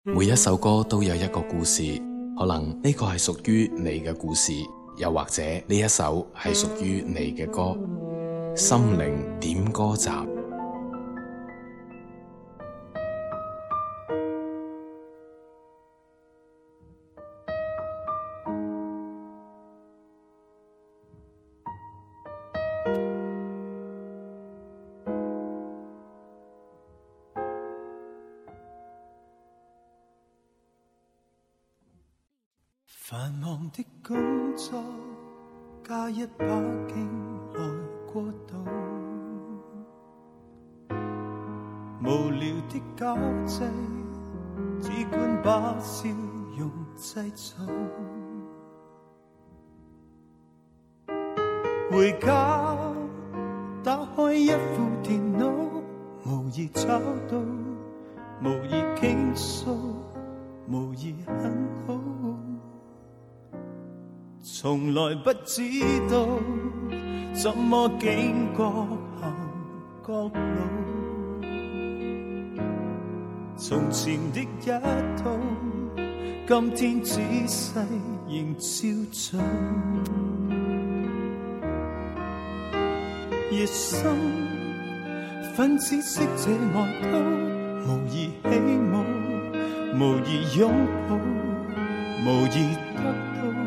每一首歌都有一個故事，可能呢個係屬於你嘅故事，又或者呢一首係屬於你嘅歌。心靈點歌集。 繁忙的工作加一把勁來過渡，無聊的交際只管把笑容製造，回家打開一副電腦，無疑找到，無疑傾訴，無疑很好。從來不知道怎麼經過行角路，從前的一套今天仔細仍照做，熱心粉紫色這外套，無疑起舞，無疑擁抱，無疑得到，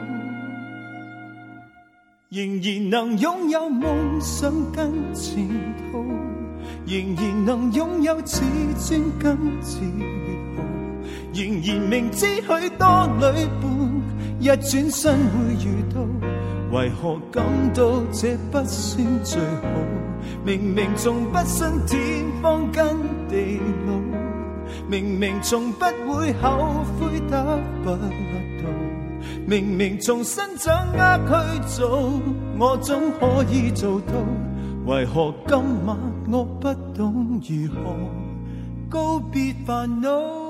仍然能擁有夢想跟前途，仍然能擁有自尊跟自豪，仍然明知許多旅伴一轉身會遇到，為何感到這不算最好？明明從不信天荒跟地老，明明從不會後悔得不到，明明從新掌握去做，我總可以做到，為何今晚我不懂如何告別煩惱？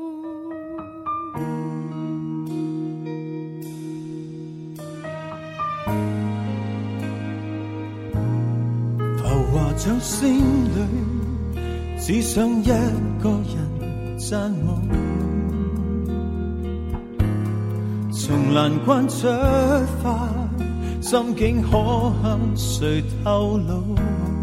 浮華掌聲裏，只想一個人讚舞，從難關出發，心境可向誰透露？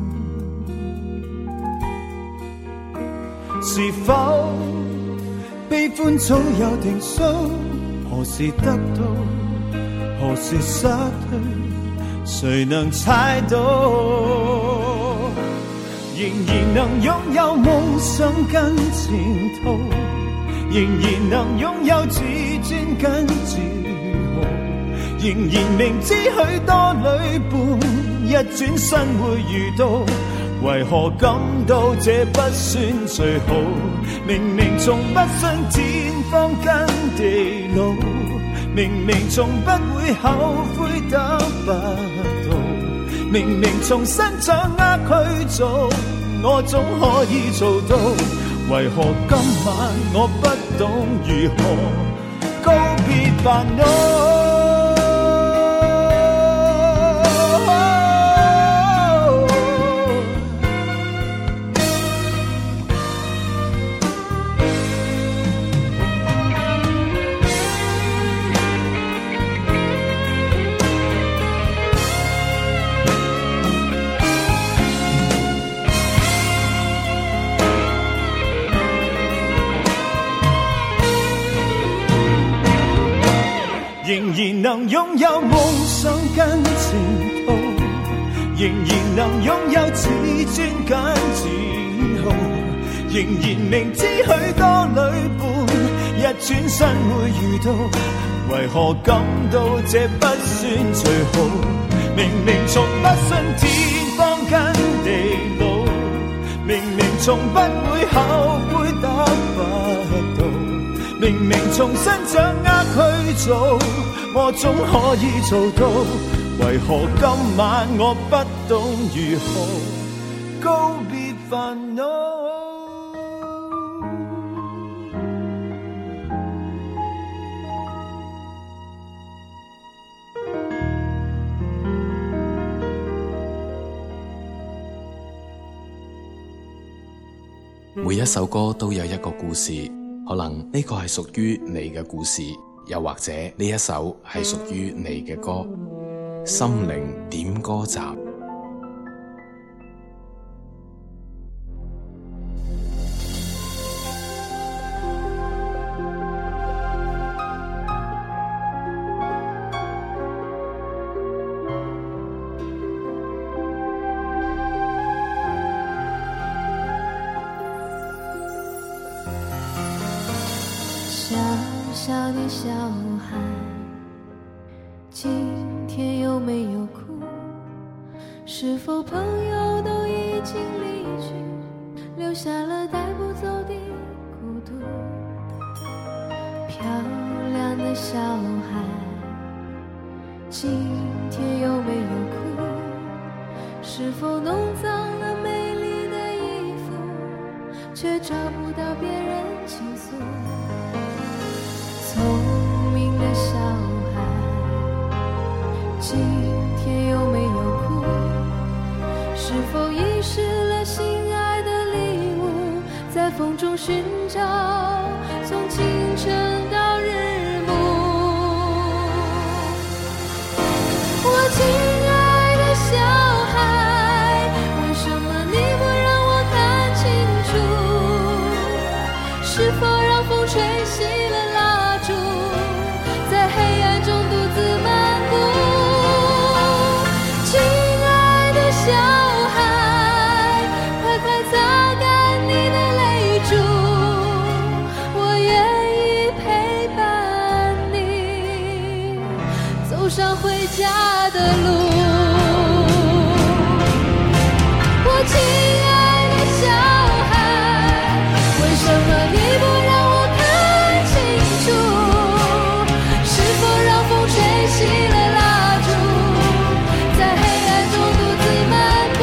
是否悲歡早有定數？何時得到，何時失去，誰能猜到？仍然能擁有夢想跟前途，仍然能擁有自尊跟自豪，仍然明知許多旅伴一轉身會遇到，為何感到這不算最好？明明從不信天荒跟地老，明明從不會後悔得不到，明明從新掌握去做，我總可以做到，為何今晚我不懂如何告別煩惱？仍然能擁有夢想跟前途，仍然能擁有自尊跟自豪，仍然明知許多旅伴一轉身會遇到，為何感到這不算最好？明明從不信天荒跟地老，明明從不會後悔得不到，明明從新掌握去做，我總可以做到，為何今晚我不懂如何告別煩惱？ 每一首歌都有一個故事， 可能呢個係屬於你嘅故事，又或者呢一首係屬於你嘅歌。心靈點歌集。 小小的小孩，今天有没有哭？是否朋友都已经离去，留下了带不走的孤独？漂亮的小孩，今天有没有哭？是否弄脏了美丽的衣服，却找不到别人倾诉？聪明的小孩，今天有没有哭？是否遗失了心爱的礼物，在风中寻找，从清晨到日暮。我亲爱的小孩，为什么你不让我看清楚？是否让风吹熄了蜡烛，在黑暗中独自漫步？亲爱的小孩，快快擦干你的泪珠，我愿意陪伴你走上回家的路。我亲爱的小孩，为什么你不让我看清楚？是否让风吹熄了蜡烛，在黑暗中独自漫步？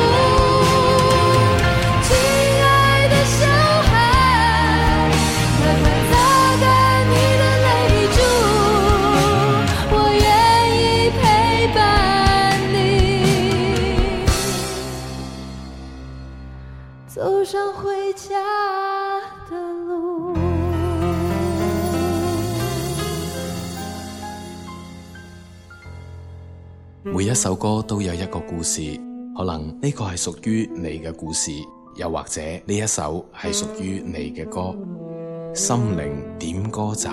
亲爱的小孩，快快擦干你的泪珠，我愿意陪伴你走上回家的路。 每一首歌都有一個故事，可能呢個係屬於你嘅故事，又或者呢一首係屬於你嘅歌。心靈點歌集。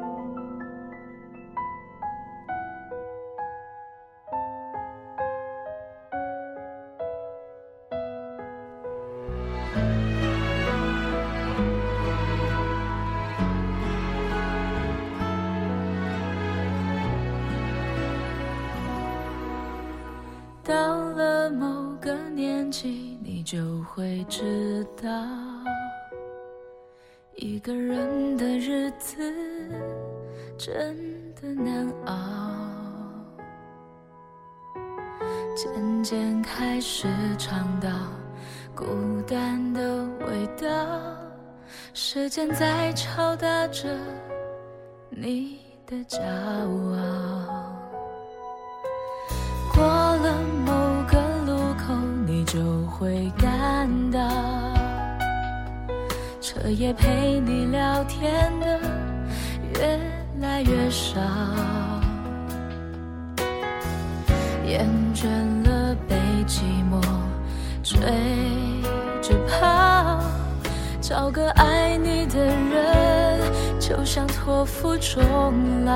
到了某个年纪，你就会知道，一个人的日子真的难熬。渐渐开始尝到孤单的味道，时间在敲打着你的骄傲。过了某个路口，你就会感到，彻夜陪你聊天的越来越少，厌倦了被寂寞追着跑，找个爱你的人，就像托付终老。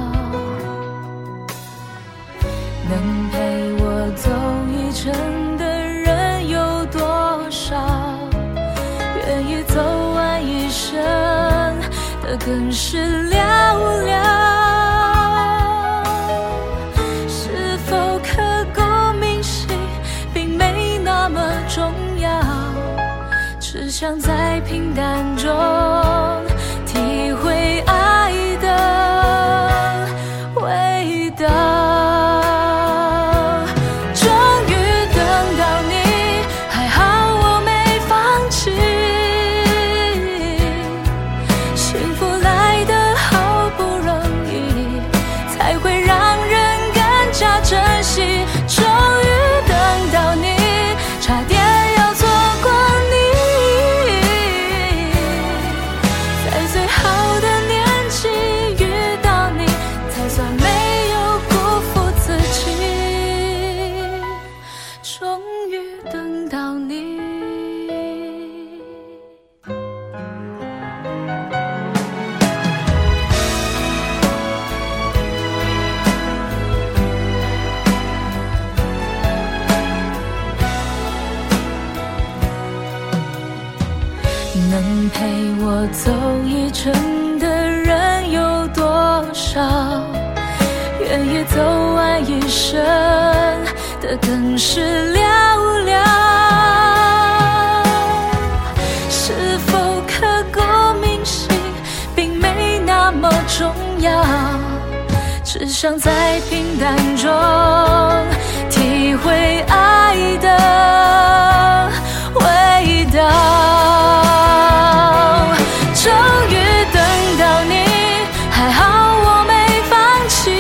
能陪我走一程的人有多少？愿意走完一生的更是寥寥。是否刻骨铭心并没那么重要，只想在平淡中体会爱的味道。终于等到你，差点要错过你。 愛真的人有多少？願也走完一生的更是寥寥。是否刻骨銘心，並沒那麼重要，只想在平淡中體會愛的味道。終於等到你，還好我沒放棄，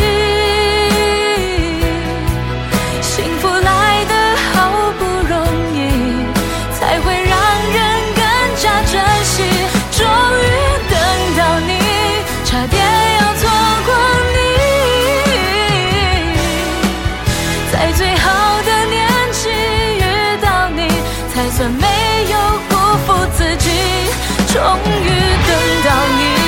幸福來得好不容易，才會讓人更加珍惜。終於等到你，差點要錯過你，在最好的年紀遇到你，才算沒有辜負自己。終於等到你。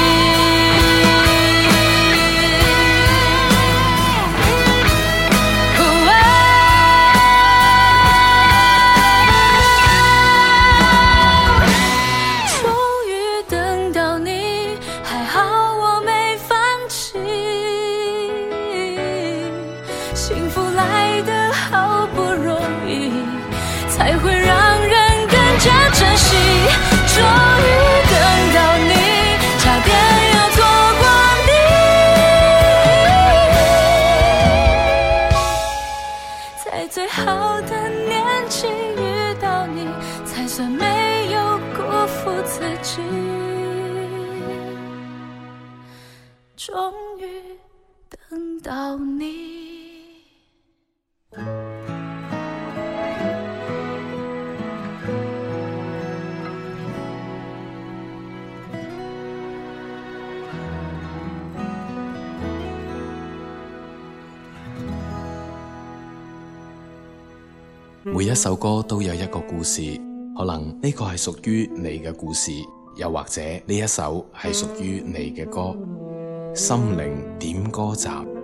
幸福來得好不容易，才會讓人更加珍惜。終於等到你，差點要錯過你，在最好的年紀遇到你，才算沒有辜負自己。終於等到你。 每一首歌都有一個故事，可能呢個係屬於你嘅故事，又或者呢一首係屬於你嘅歌。心靈點歌集。